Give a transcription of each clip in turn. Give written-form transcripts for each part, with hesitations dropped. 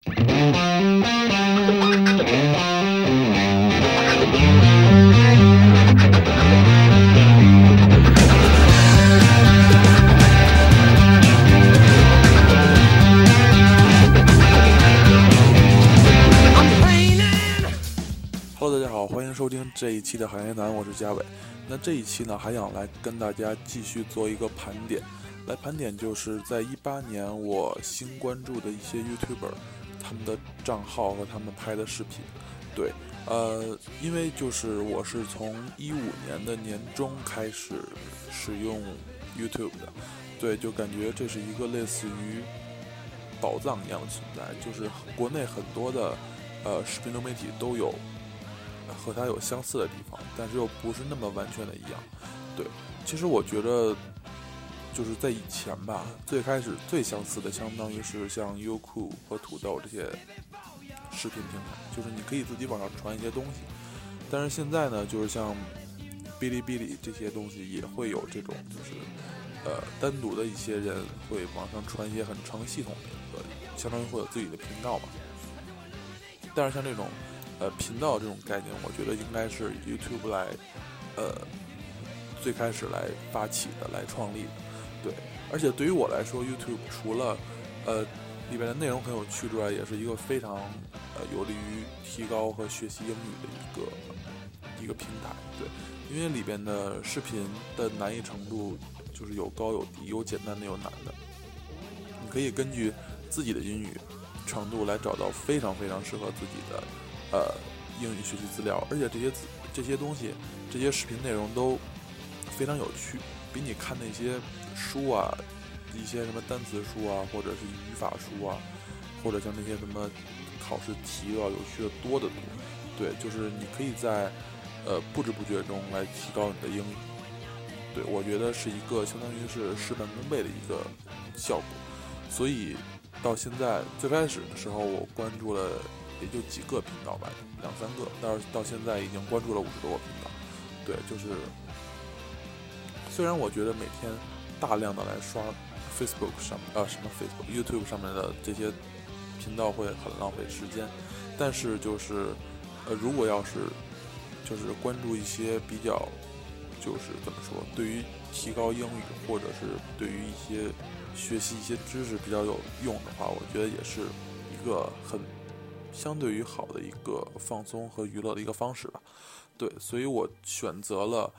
Hello， 大家好，欢迎收听这一期的海燕南，我是嘉伟。那这一期呢，还想来跟大家继续做一个盘点，来盘点就是在18年我新关注的一些 YouTuber， 他们的账号和他们拍的视频。对，因为就是我是从15年的年中开始使用 YouTube 的，对，就感觉这是一个类似于宝藏一样的存在，就是国内很多的视频流媒体都有和它有相似的地方，但是又不是那么完全的一样。对，其实我觉得就是在以前吧，最开始最相似的相当于是像优酷和土豆这些视频平台，就是你可以自己往上传一些东西。但是现在呢，就是像哔哩哔哩这些东西也会有这种就是单独的一些人会往上传一些很成系统的一个，相当于会有自己的频道嘛。但是像这种频道这种概念，我觉得应该是 YouTube 来最开始来发起的，来创立的。对，而且对于我来说 YouTube 除了里边的内容很有趣之外，也是一个非常有利于提高和学习英语的一个平台。对，因为里边的视频的难易程度就是有高有低，有简单的有难的，你可以根据自己的英语程度来找到非常非常适合自己的英语学习资料，而且这些东西，这些视频内容都非常有趣，比你看那些书啊，一些什么单词书啊，或者是语法书啊，或者像那些什么考试题要有趣的多得多。对，就是你可以在不知不觉中来提高你的英语。对，我觉得是一个相当于是事半功倍的一个效果。所以到现在最开始的时候，我关注了也就几个频道吧，2-3个，但是到现在已经关注了50多个频道。对，就是虽然我觉得每天大量的来刷 Facebook 上YouTube 上面的这些频道会很浪费时间，但是就是如果要是就是关注一些比较就是怎么说，对于提高英语或者是对于一些学习一些知识比较有用的话，我觉得也是一个很相对于好的一个放松和娱乐的一个方式吧。对，所以我选择了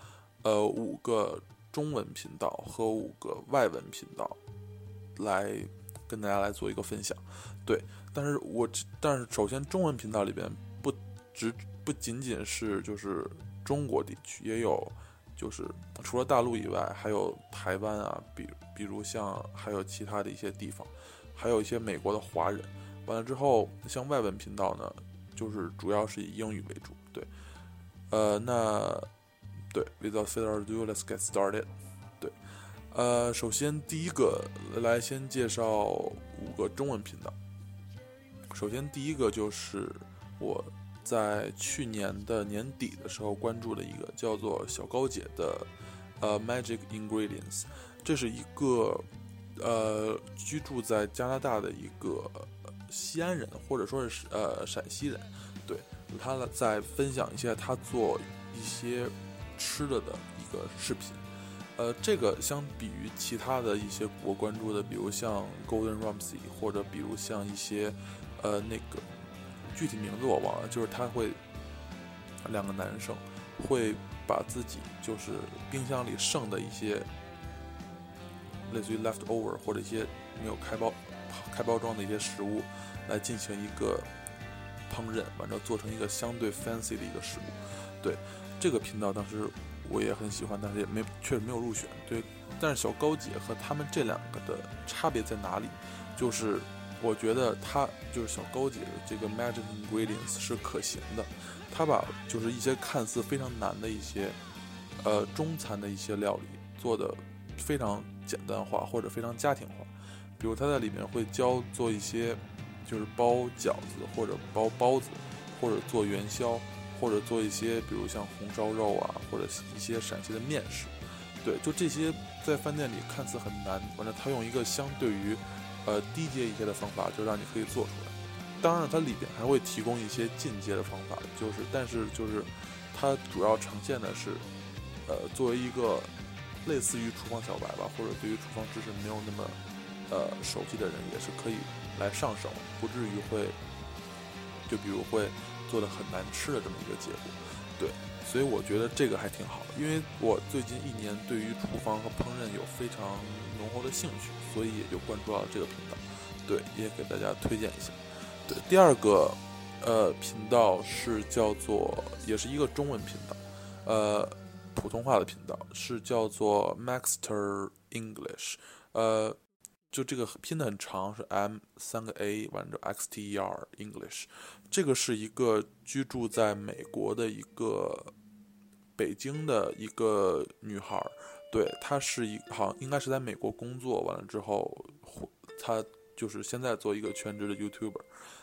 5个中文频道和5个外文频道来跟大家来做一个分享。对，但是首先中文频道里边不仅仅是就是中国地区，也有就是除了大陆以外，还有台湾啊，比如像还有其他的一些地方，还有一些美国的华人。完了之后，像外文频道呢，就是主要是以英语为主。对，那对 ，without further ado, let's get started。对，首先第一个来先介绍5个中文频道。首先第一个就是我在去年的年底的时候关注的一个叫做小高姐的Magic Ingredients， 这是一个居住在加拿大的一个西安人，或者说是陕西人。对，他在分享一些他做一些吃的一个视频。这个相比于其他的一些我关注的，比如像 Gordon Ramsay， 或者比如像一些那个具体名字我忘了，就是他会2个男生会把自己就是冰箱里剩的一些类似于 leftover 或者一些没有开包装的一些食物来进行一个烹饪，完之后做成一个相对 fancy 的一个食物。对，这个频道当时我也很喜欢，但是确实没有入选。对，但是小高姐和他们这2个的差别在哪里？就是我觉得他就是小高姐的这个 Magic Ingredients 是可行的，他把就是一些看似非常难的一些中餐的一些料理做的非常简单化或者非常家庭化。比如他在里面会教做一些就是包饺子或者包包子，或者做元宵，或者做一些比如像红烧肉啊，或者一些陕西的面食。对，就这些在饭店里看似很难，完了他用一个相对于低阶一些的方法，就让你可以做出来。 当然它里边还会提供一些进阶的方法，但是它主要呈现的是，作为一个类似于厨房小白吧，或者对于厨房知识没有那么熟悉的人，也是可以来上手，不至于就比如会做的很难吃的这么一个结果。对，所以我觉得这个还挺好，因为我最近1年对于厨房和烹饪有非常浓厚的兴趣，所以也就关注到了这个频道。对，也给大家推荐一下。对，第二个频道是叫做，也是一个中文频道，普通话的频道，是叫做 Maxter English，就这个拼的很长，是 M3个 A 完着 XTER English。这个是一个居住在美国的一个北京的一个女孩，对，她是好像应该是在美国工作，完了之后，她就是现在做一个全职的 YouTuber。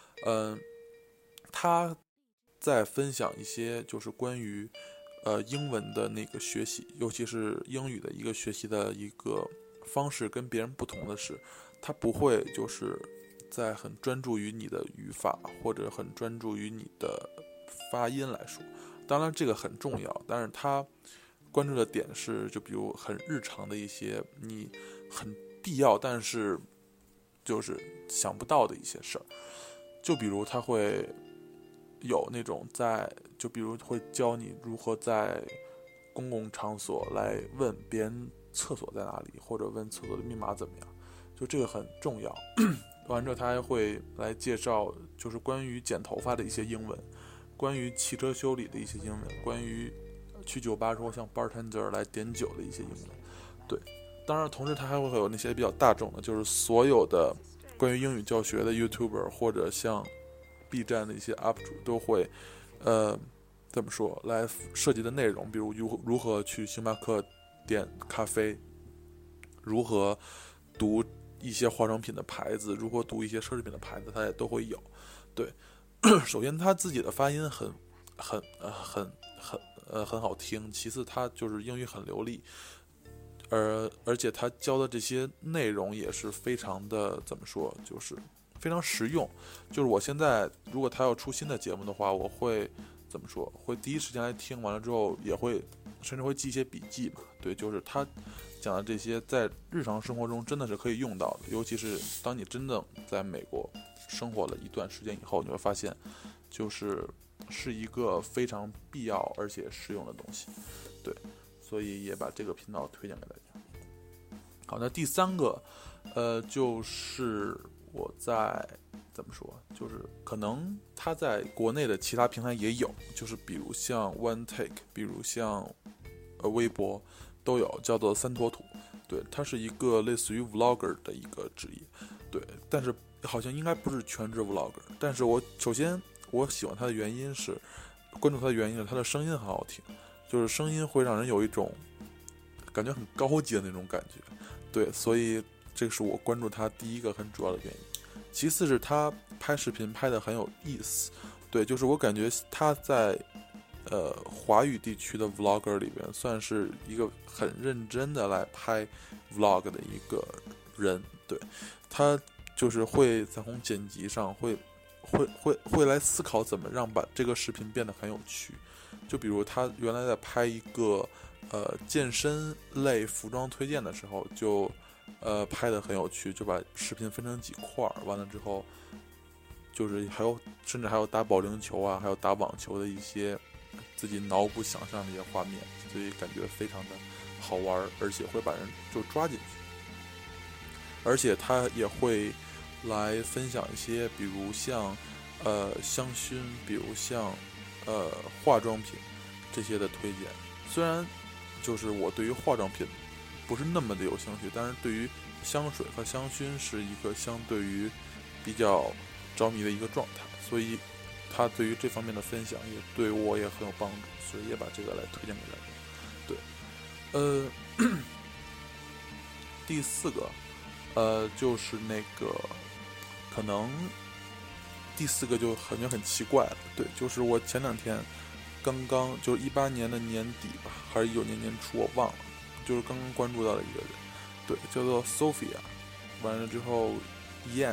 她在分享一些就是关于英文的那个学习，尤其是英语的一个学习的一个方式跟别人不同的是，他不会就是在很专注于你的语法或者很专注于你的发音来说，当然这个很重要，但是他关注的点是就比如很日常的一些你很必要但是就是想不到的一些事儿，就比如他会有那种就比如会教你如何在公共场所来问别人厕所在哪里，或者问厕所的密码怎么样，就这个很重要。完之后他还会来介绍就是关于剪头发的一些英文，关于汽车修理的一些英文，关于去酒吧时候像 bartender 来点酒的一些英文。对，当然同时他还会有那些比较大众的，就是所有的关于英语教学的 YouTuber 或者像 B 站的一些 UP 主都会怎么说来设计的内容，比如如何去星巴克点咖啡，如何读一些化妆品的牌子，如何读一些奢侈品的牌子，它也都会有。对，首先他自己的发音很好听，其次他就是英语很流利，而且他教的这些内容也是非常的怎么说，就是非常实用。就是我现在如果他要出新的节目的话，我会怎么说，会第一时间来听，完了之后也会甚至会记一些笔记嘛。对，就是他讲的这些在日常生活中真的是可以用到的，尤其是当你真的在美国生活了一段时间以后，你会发现是一个非常必要而且实用的东西。对，所以也把这个频道推荐给大家。好，那第三个就是我在怎么说，就是可能它在国内的其他平台也有，就是比如像 One Take， 比如像微博都有，叫做三坨土。对，它是一个类似于 vlogger 的一个职业。对，但是好像应该不是全职 vlogger。但是首先我喜欢他的原因是，关注他的原因是他的声音很好听，就是声音会让人有一种感觉很高级的那种感觉。对，所以这个是我关注他第一个很主要的原因。其次是他拍视频拍得很有意思。对，就是我感觉他在华语地区的 vlogger 里边算是一个很认真的来拍 vlog 的一个人。对，他就是会在从剪辑上会来思考怎么让把这个视频变得很有趣。就比如他原来在拍一个健身类服装推荐的时候，就拍得很有趣，就把视频分成几块，完了之后就是甚至还有打保龄球啊，还有打网球的一些自己脑补想象的一些画面，所以感觉非常的好玩，而且会把人就抓进去。而且他也会来分享一些比如像香薰，比如像化妆品这些的推荐。虽然就是我对于化妆品不是那么的有兴趣，但是对于香水和香薰是一个相对于比较着迷的一个状态，所以他对于这方面的分享也对我也很有帮助，所以也把这个来推荐给大家。对，第四个就是那个可能第四个就很奇怪了。对，就是我前2天刚就是18年的年底吧，还是19年年初我忘了，就是刚关注到了一个人，对，叫做 Sophia， 完了之后 Yan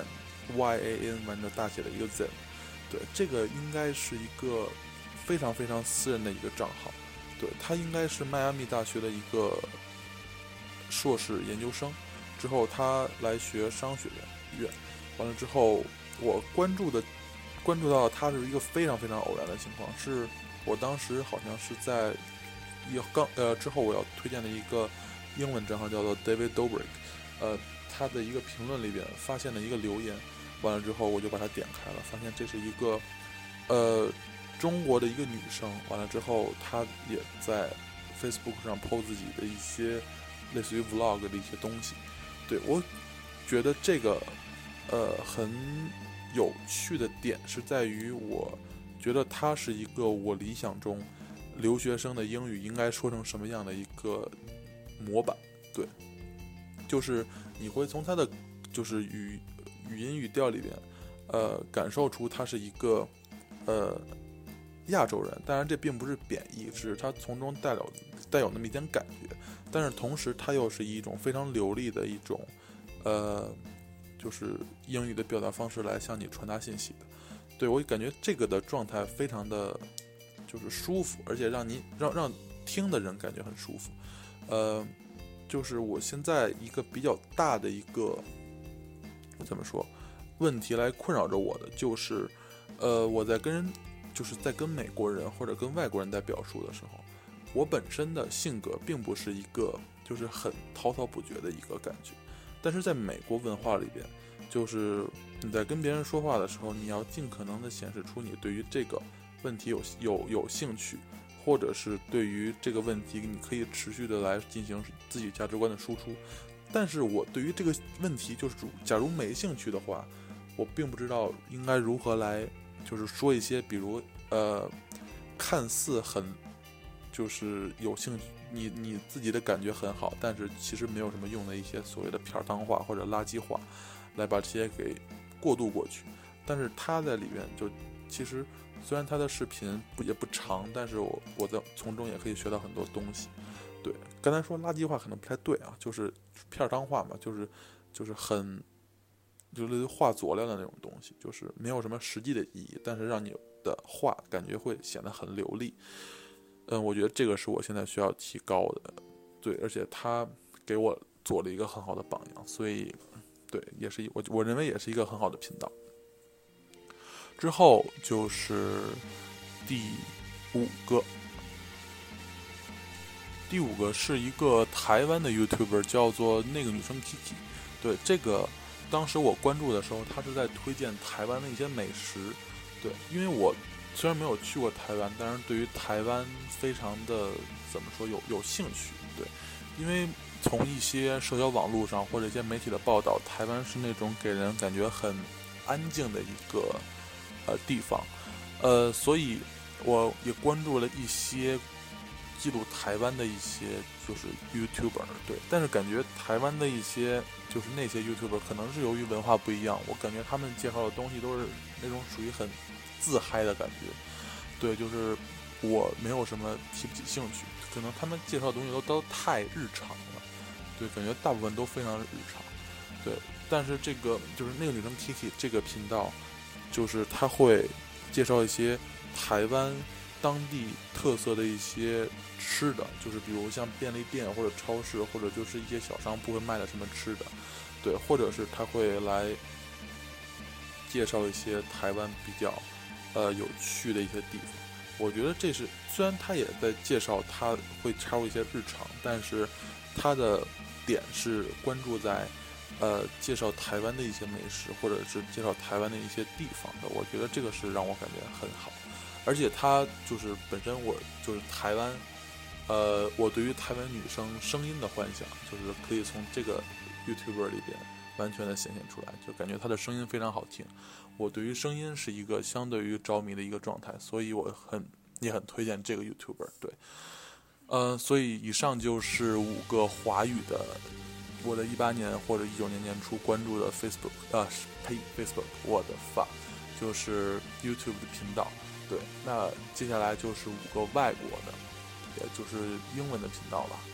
YAN 完了大写的一个 Zen。对，这个应该是一个非常非常私人的一个账号。对，他应该是迈阿密大学的一个硕士研究生，之后他来学商学院，完了之后我关注到他是一个非常非常偶然的情况，是我当时好像是在之后我要推荐的一个英文账号叫做 David Dobrik，他的一个评论里边发现了一个留言，完了之后我就把它点开了，发现这是一个中国的一个女生，完了之后她也在 Facebook 上 po 自己的一些类似于 vlog 的一些东西。对，我觉得这个很有趣的点是在于，我觉得它是一个我理想中留学生的英语应该说成什么样的一个模板。对，就是你会从它的就是语音语调里边感受出他是一个亚洲人，当然这并不是贬义，只是他从中带有那么一点感觉，但是同时他又是一种非常流利的一种就是英语的表达方式来向你传达信息的。对，我感觉这个的状态非常的就是舒服，而且让听的人感觉很舒服。就是我现在一个比较大的一个怎么说问题来困扰着我的，就是我在跟美国人或者跟外国人在表述的时候，我本身的性格并不是一个就是很滔滔不绝的一个感觉，但是在美国文化里边，就是你在跟别人说话的时候，你要尽可能的显示出你对于这个问题有兴趣，或者是对于这个问题你可以持续的来进行自己价值观的输出。但是我对于这个问题就是假如没兴趣的话，我并不知道应该如何来就是说一些比如看似很就是有兴趣，你自己的感觉很好，但是其实没有什么用的一些所谓的片儿汤话或者垃圾话，来把这些给过渡过去。但是他在里面就其实虽然他的视频也不长，但是我在从中也可以学到很多东西。对，刚才说垃圾话可能不太对啊，就是片儿汤话嘛，就是很就是话佐料的那种东西，就是没有什么实际的意义，但是让你的话感觉会显得很流利。我觉得这个是我现在需要提高的。对，而且他给我做了一个很好的榜样，所以对，也是我认为也是一个很好的频道。之后就是第五个是一个台湾的 YouTuber， 叫做那个女生 Kiki。对，这个当时我关注的时候，她是在推荐台湾的一些美食。对，因为我虽然没有去过台湾，但是对于台湾非常的怎么说有兴趣。对，因为从一些社交网络上或者一些媒体的报道，台湾是那种给人感觉很安静的一个地方。所以我也关注了一些记录台湾的一些就是 YouTuber。对，但是感觉台湾的一些就是那些 YouTuber 可能是由于文化不一样，我感觉他们介绍的东西都是那种属于很自嗨的感觉。对，就是我没有什么提不起兴趣，可能他们介绍的东西都太日常了。对，感觉大部分都非常日常。对，但是这个就是那个女生 Kiki 这个频道，就是她会介绍一些台湾当地特色的一些吃的，就是比如像便利店或者超市或者就是一些小商铺会卖的什么吃的。对，或者是他会来介绍一些台湾比较有趣的一些地方。我觉得这是虽然他也在介绍，他会插入一些日常，但是他的点是关注在介绍台湾的一些美食，或者是介绍台湾的一些地方的。我觉得这个是让我感觉很好。而且他就是本身我就是台湾我对于台湾女生声音的幻想，就是可以从这个 YouTuber 里边完全的显现出来，就感觉她的声音非常好听。我对于声音是一个相对于着迷的一个状态，所以我也很推荐这个 YouTuber。对，所以以上就是5个华语的我的18年或者19年年初关注的 Facebook 我的发就是 YouTube 的频道。对，那接下来就是5个外国的，也就是英文的频道了。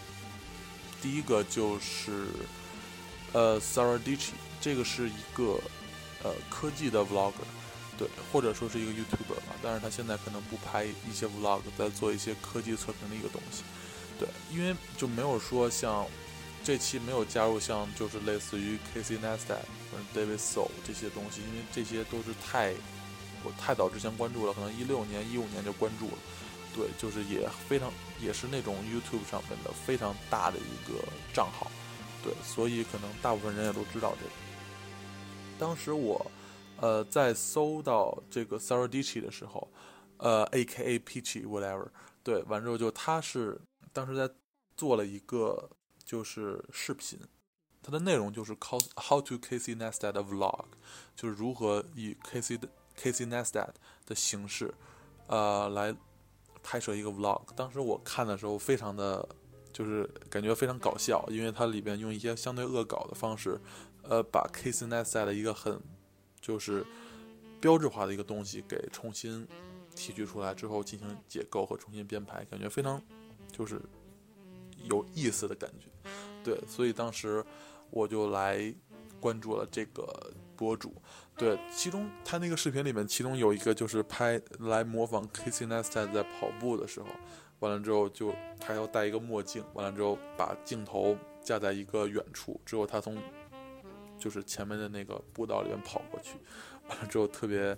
第一个就是Sarah Dietschy，这个是一个科技的 vlogger， 对，或者说是一个 YouTuber 吧，但是他现在可能不拍一些 vlog， 在做一些科技测评的一个东西，对，因为就没有说像这期没有加入像就是类似于 Casey Neistat 或者 David So 这些东西，因为这些都是我太早之前关注了，可能16年、15年就关注了，对，就是也是那种 YouTube 上面的非常大的一个账号，对，所以可能大部分人也都知道这个。当时我在搜到这个 Sarah Dietschy 的时候，AKA Peachy whatever， 对，完之后就他是当时在做了一个就是视频，它的内容就是 How to Casey Neistat a Vlog， 就是如何以 Casey Neistat 的形式来拍摄一个 vlog。当时我看的时候非常的就是感觉非常搞笑，因为它里边用一些相对恶搞的方式把 Casey Neistat 的一个很就是标志化的一个东西给重新提取出来之后进行解构和重新编排，感觉非常就是有意思的感觉，对，所以当时我就来关注了这个博主，对，其中他那个视频里面，其中有一个就是拍来模仿 Casey Neistat 在跑步的时候，完了之后就他要戴一个墨镜，完了之后把镜头架在一个远处，之后他从就是前面的那个步道里面跑过去，完了之后特别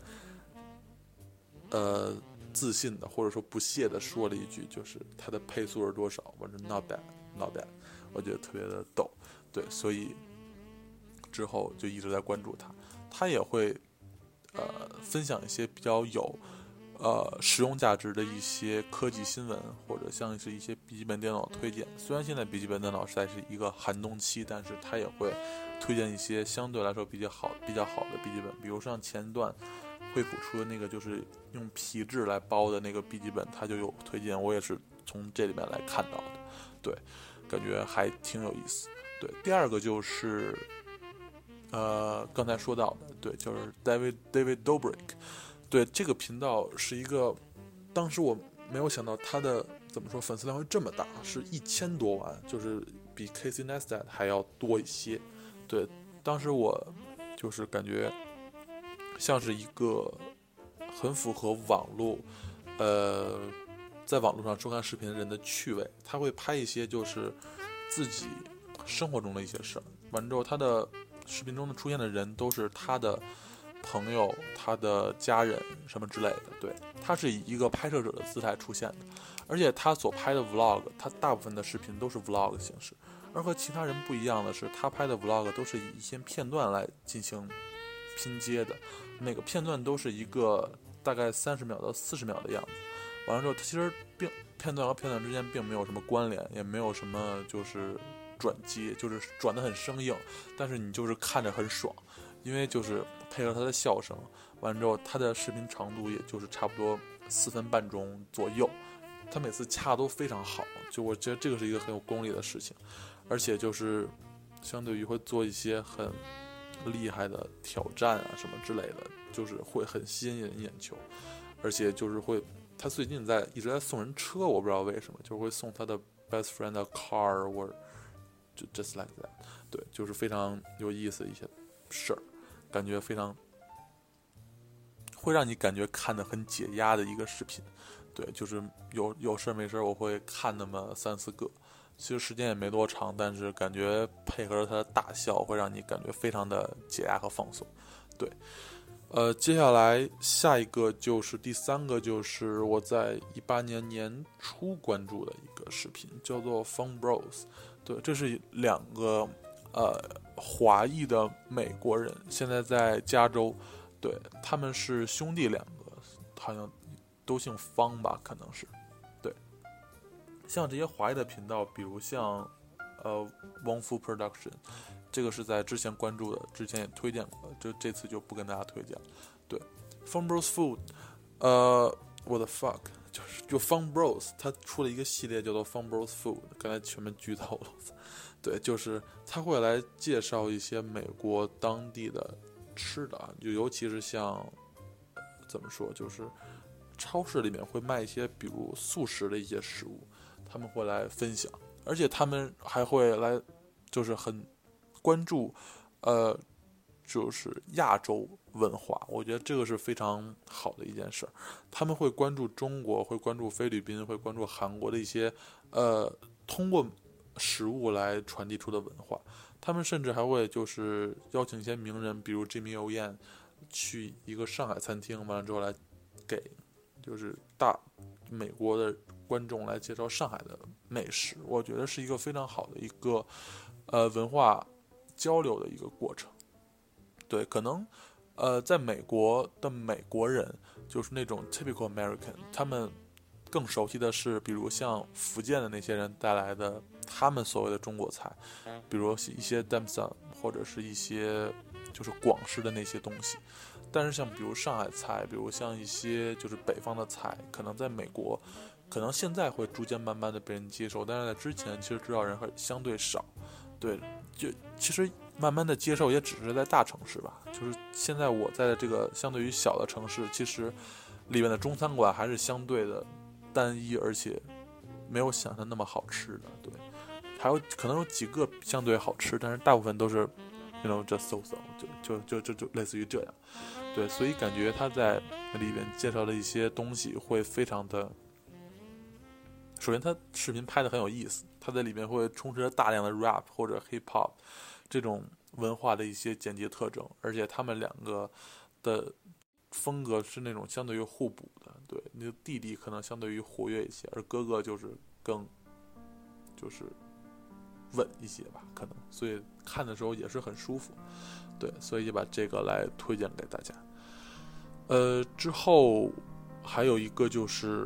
自信的或者说不屑的说了一句，就是他的配速是多少，我说 not bad， 我觉得特别的逗，对，所以之后就一直在关注他，他也会分享一些比较有实用价值的一些科技新闻，或者像是一些笔记本电脑推荐。虽然现在笔记本电脑实在是一个寒冬期，但是他也会推荐一些相对来说比较好的笔记本，比如像前段惠普出的那个就是用皮质来包的那个笔记本，他就有推荐，我也是从这里面来看到的，对，感觉还挺有意思。对，第二个就是刚才说到的，对，就是 David Dobrik， 对，这个频道是一个，当时我没有想到他的怎么说粉丝量会这么大，是1000多万，就是比 Casey Neistat 还要多一些。对，当时我就是感觉像是一个很符合网络，在网络上收看视频的人的趣味，他会拍一些就是自己生活中的一些事儿，完之后他的视频中的出现的人都是他的朋友、他的家人什么之类的，对，他是以一个拍摄者的姿态出现的，而且他所拍的 vlog， 他大部分的视频都是 vlog 形式，而和其他人不一样的是，他拍的 vlog 都是以一些片段来进行拼接的，每个片段都是一个大概30秒到40秒的样子，完了之后，其实片段和片段之间并没有什么关联，也没有什么就是转接，就是转得很生硬，但是你就是看着很爽，因为就是配合他的笑声，完了之后他的视频长度也就是差不多4分半钟左右，他每次掐都非常好，就我觉得这个是一个很有功力的事情，而且就是相对于会做一些很厉害的挑战啊什么之类的，就是会很吸引人眼球，而且就是会，他最近一直在送人车，我不知道为什么，就是会送他的 best friend a car or just like that， 对，就是非常有意思的一些事儿，感觉非常会让你感觉看得很解压的一个视频，对，就是有事没事我会看那么3-4个，其实时间也没多长，但是感觉配合着他的大笑会让你感觉非常的解压和放松，对。接下来下一个就是第3个，就是我在18年年初关注的一个视频，叫做 Fun Bros。对，这是2个华裔的美国人，现在在加州。对，他们是兄弟2个，好像都姓方吧，可能是。对，像这些华裔的频道，比如像Wong Fu Production。这个是在之前关注的，之前也推荐过，这次就不跟大家推荐了。对 ，Fun Bros Food， 我的 fuck， 就 Fun Bros， 他出了一个系列叫做 Fun Bros Food， 刚才全面剧透了。对，就是他会来介绍一些美国当地的吃的，就尤其是像怎么说，就是超市里面会卖一些比如速食的一些食物，他们会来分享，而且他们还会来就是很关注就是亚洲文化，我觉得这个是非常好的一件事儿。他们会关注中国，会关注菲律宾，会关注韩国的一些通过食物来传递出的文化。他们甚至还会就是邀请一些名人，比如 Jimmy O Yan 去一个上海餐厅，完了之后来给就是美国的观众来介绍上海的美食。我觉得是一个非常好的一个文化交流的一个过程。对，可能在美国的美国人就是那种 typical American， 他们更熟悉的是比如像福建的那些人带来的他们所谓的中国菜，比如一些 dim sum 或者是一些就是广式的那些东西。但是像比如上海菜，比如像一些就是北方的菜，可能在美国可能现在会逐渐慢慢的被人接受，但是在之前其实知道人还相对少。对，就其实慢慢的接受也只是在大城市吧，就是现在我在的这个相对于小的城市，其实里面的中餐馆还是相对的单一，而且没有想象那么好吃的。对，还有可能有几个相对好吃，但是大部分都是 just so， 就类似于这样。对，所以感觉他在里面介绍的一些东西会非常的，首先他视频拍的很有意思，他在里面会充斥着大量的 rap 或者 hip hop 这种文化的一些简洁特征，而且他们两个的风格是那种相对于互补的。对，那个弟弟可能相对于活跃一些，而哥哥就是更就是稳一些吧，可能，所以看的时候也是很舒服。对，所以就把这个来推荐给大家。之后还有一个就是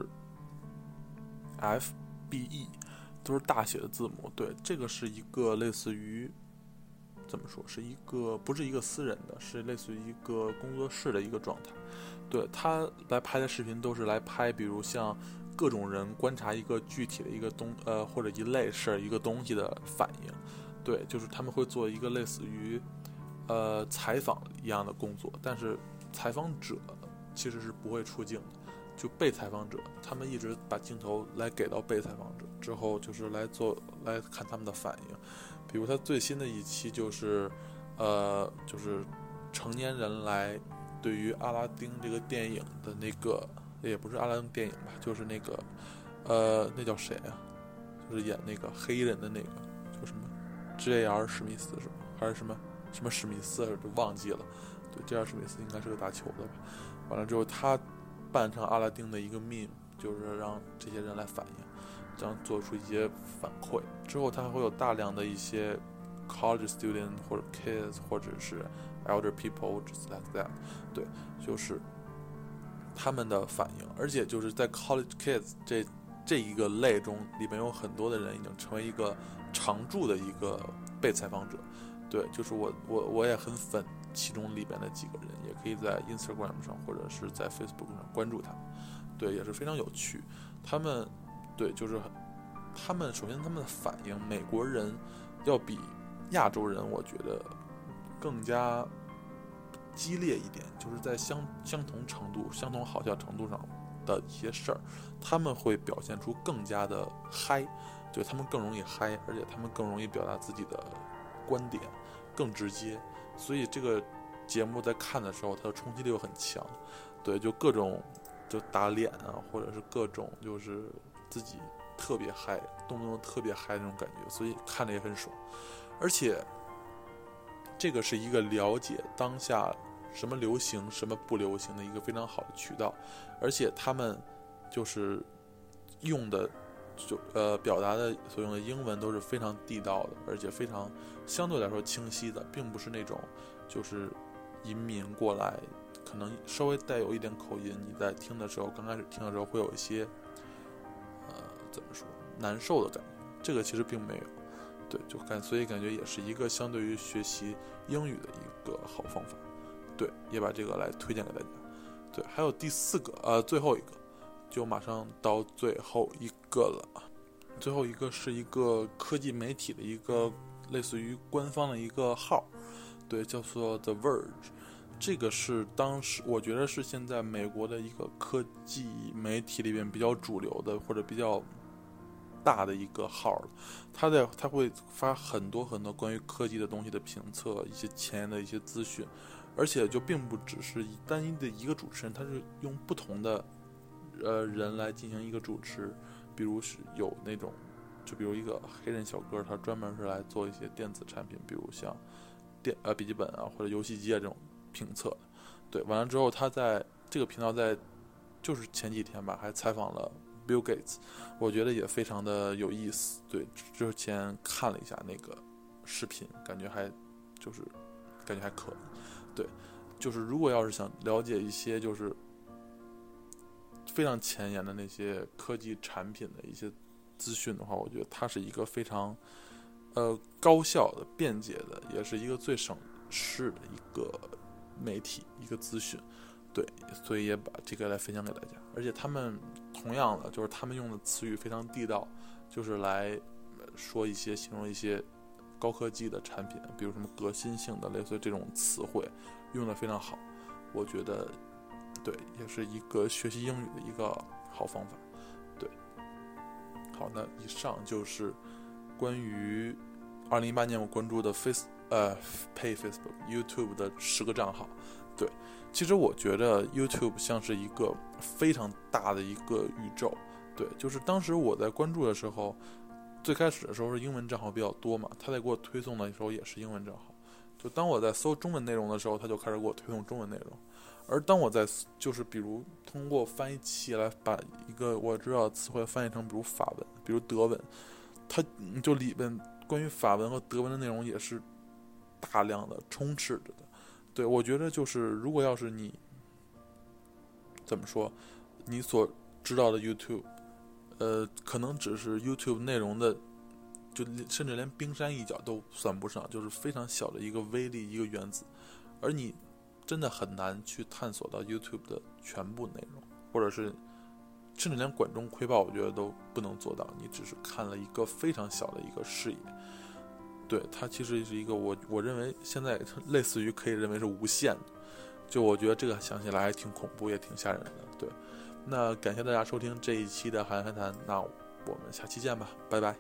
FBE， 都是大写的字母。对，这个是一个类似于怎么说，是一个不是一个私人的，是类似于一个工作室的一个状态。对，他来拍的视频都是来拍，比如像各种人观察一个具体的一个或者一类事一个东西的反应。对，就是他们会做一个类似于采访一样的工作，但是采访者其实是不会出镜的，就被采访者他们一直把镜头来给到被采访者之后，就是来看他们的反应。比如他最新的一期就是就是成年人来对于阿拉丁这个电影的那个，也不是阿拉丁电影吧，就是那个那叫谁啊，就是演那个黑人的那个叫什么 J.R. 史密斯是吧，还是什么史密斯，就忘记了。对，J.R. 史密斯应该是个打球的吧。完了之后他扮成阿拉丁的一个 meme， 就是让这些人来反应，这样做出一些反馈。之后他会有大量的一些 college student 或者 kids 或者是 elder people just like that。 对，就是他们的反应。而且就是在 college kids 这一个类中，里面有很多的人已经成为一个常驻的一个被采访者。对，就是我也很粉其中里边的几个人，也可以在 Instagram 上或者是在 Facebook 上关注他们。对，也是非常有趣。他们对，就是他们首先他们的反应，美国人要比亚洲人我觉得更加激烈一点，就是在相同程度、相同好笑程度上的一些事儿，他们会表现出更加的嗨。对，他们更容易嗨，而且他们更容易表达自己的观点，更直接。所以这个节目在看的时候，它的冲击力又很强。对，就各种就打脸啊，或者是各种就是自己特别嗨，动不动特别嗨那种感觉，所以看着也很爽。而且这个是一个了解当下什么流行什么不流行的一个非常好的渠道。而且他们就是用的表达的所用的英文都是非常地道的，而且非常相对来说清晰的，并不是那种就是移民过来可能稍微带有一点口音，你在听的时候刚开始听的时候会有一些怎么说难受的感觉。这个其实并没有。对，所以感觉也是一个相对于学习英语的一个好方法。对，也把这个来推荐给大家。对，还有第四个最后一个，就马上到最后一个了。最后一个是一个科技媒体的一个类似于官方的一个号，对，叫做 The Verge。 这个是当时我觉得是现在美国的一个科技媒体里边比较主流的，或者比较大的一个号了，他会发很多很多关于科技的东西的评测，一些前沿的一些资讯，而且就并不只是单一的一个主持人，他是用不同的人来进行一个主持，比如是有那种，就比如一个黑人小哥，他专门是来做一些电子产品，比如像笔记本啊或者游戏机啊这种评测的。对，完了之后他在这个频道就是前几天吧，还采访了 Bill Gates， 我觉得也非常的有意思。对，之前看了一下那个视频，感觉还可以。对，就是如果要是想了解一些就是非常前沿的那些科技产品的一些资讯的话，我觉得它是一个非常高效的、便捷的，也是一个最省事的一个媒体，一个资讯。对，所以也把这个来分享给大家。而且他们同样的，就是他们用的词语非常地道，就是来说形容一些高科技的产品，比如什么革新性的，类似于这种词汇用得非常好。我觉得对，也是一个学习英语的一个好方法。对，好，那以上就是关于2018年我关注的Facebook、YouTube 的10个账号。对，其实我觉得 YouTube 像是一个非常大的一个宇宙。对，就是当时我在关注的时候，最开始的时候是英文账号比较多嘛，他在给我推送的时候也是英文账号。就当我在搜中文内容的时候，他就开始给我推送中文内容。而当我在就是比如通过翻译器来把一个我知道的词汇翻译成比如法文、比如德文，它就里边关于法文和德文的内容也是大量的充斥着的。对，我觉得就是如果要是你怎么说，你所知道的 YouTube，可能只是 YouTube 内容的，就甚至连冰山一角都算不上，就是非常小的一个微粒，一个原子，而你真的很难去探索到 YouTube 的全部内容，或者是甚至连管中窥豹，我觉得都不能做到，你只是看了一个非常小的一个视野。对，它其实是一个我认为现在类似于可以认为是无限的，就我觉得这个想起来还挺恐怖，也挺吓人的。对，那感谢大家收听这一期的海洋开谈，那我们下期见吧，拜拜。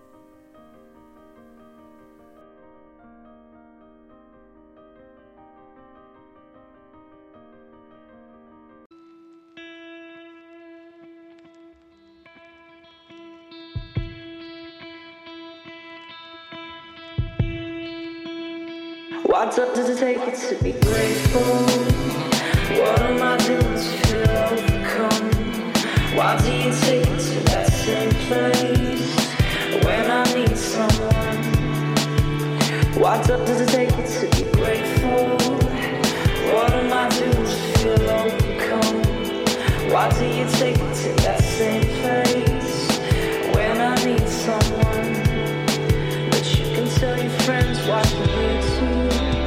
What does it take to be grateful? What am I doing to feel overcome? Why do you take it to that same place when I need someone? What does it take to be grateful? What am I doing to feel overcome? Why do you take it to that same place when I need someone? But you can tell your friends watching you too.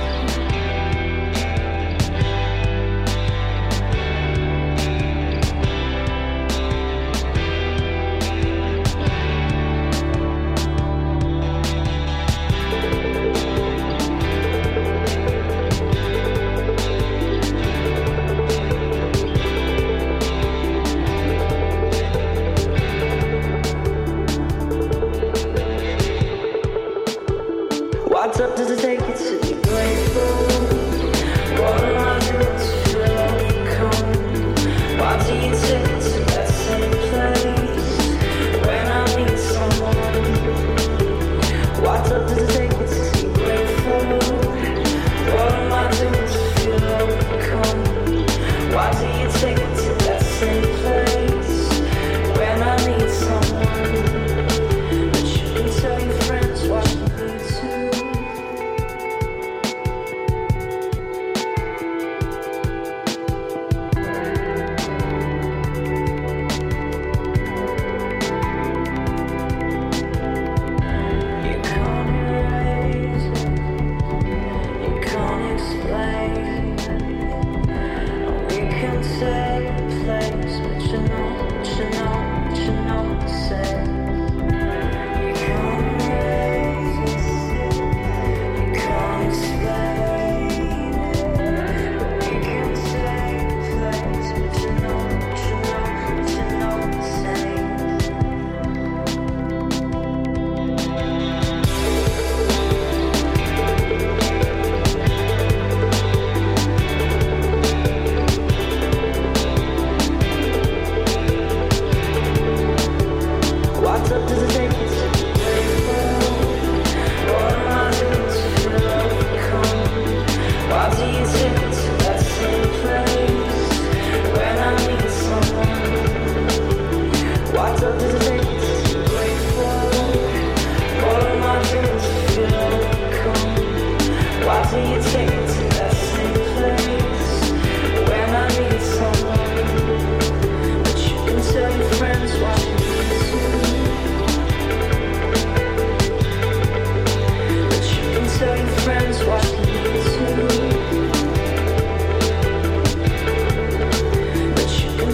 What does it take you to be grateful? What am I doing to feel overcome? Why do you take it to that same place when I need someone? What does it take you to be grateful? What am I doing to feel overcome? Why do you take it to that same place when I need someone? But you can tell your friends watching me too.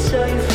tell you